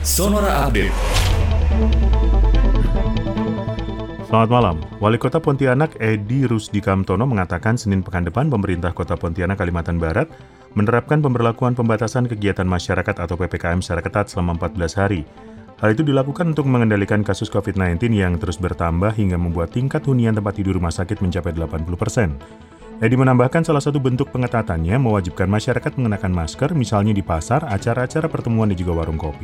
Sonora Update. Selamat malam. Wali Kota Pontianak Edi Rusdi Kamtono mengatakan Senin pekan depan pemerintah Kota Pontianak, Kalimantan Barat menerapkan pemberlakuan pembatasan kegiatan masyarakat atau PPKM secara ketat selama 14 hari. Hal itu dilakukan untuk mengendalikan kasus COVID-19 yang terus bertambah hingga membuat tingkat hunian tempat tidur rumah sakit mencapai 80%. Edi menambahkan salah satu bentuk pengetatannya mewajibkan masyarakat mengenakan masker, misalnya di pasar, acara-acara pertemuan dan juga warung kopi.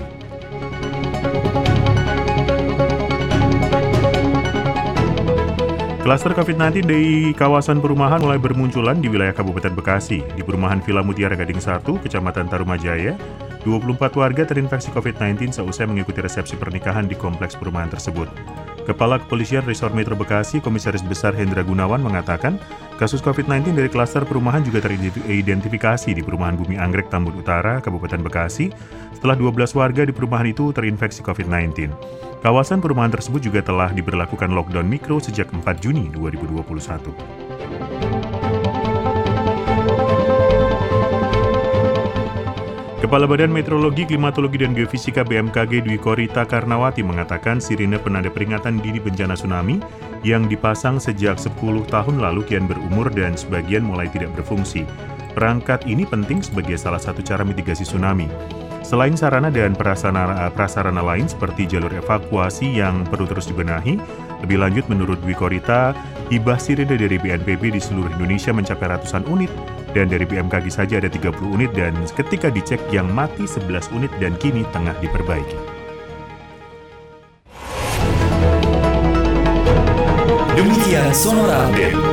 Klaster COVID-19 di kawasan perumahan mulai bermunculan di wilayah Kabupaten Bekasi. Di perumahan Villa Mutiara Gading 1, Kecamatan Tarumajaya, 24 warga terinfeksi COVID-19 seusai mengikuti resepsi pernikahan di kompleks perumahan tersebut. Kepala Kepolisian Resor Metro Bekasi, Komisaris Besar Hendra Gunawan mengatakan, kasus COVID-19 dari klaster perumahan juga teridentifikasi di perumahan Bumi Anggrek Tambun Utara, Kabupaten Bekasi, setelah 12 warga di perumahan itu terinfeksi COVID-19. Kawasan perumahan tersebut juga telah diberlakukan lockdown mikro sejak 4 Juni 2021. Kepala Badan Meteorologi, Klimatologi, dan Geofisika BMKG Dwi Korita Karnawati mengatakan sirine penanda peringatan dini bencana tsunami yang dipasang sejak 10 tahun lalu kian berumur dan sebagian mulai tidak berfungsi. Perangkat ini penting sebagai salah satu cara mitigasi tsunami. Selain sarana dan prasarana lain seperti jalur evakuasi yang perlu terus dibenahi, lebih lanjut menurut Dwi Korita, hibah sirine dari BNPB di seluruh Indonesia mencapai ratusan unit, dan dari BMKG saja ada 30 unit dan ketika dicek yang mati 11 unit dan kini tengah diperbaiki. Demikian Sonora Update.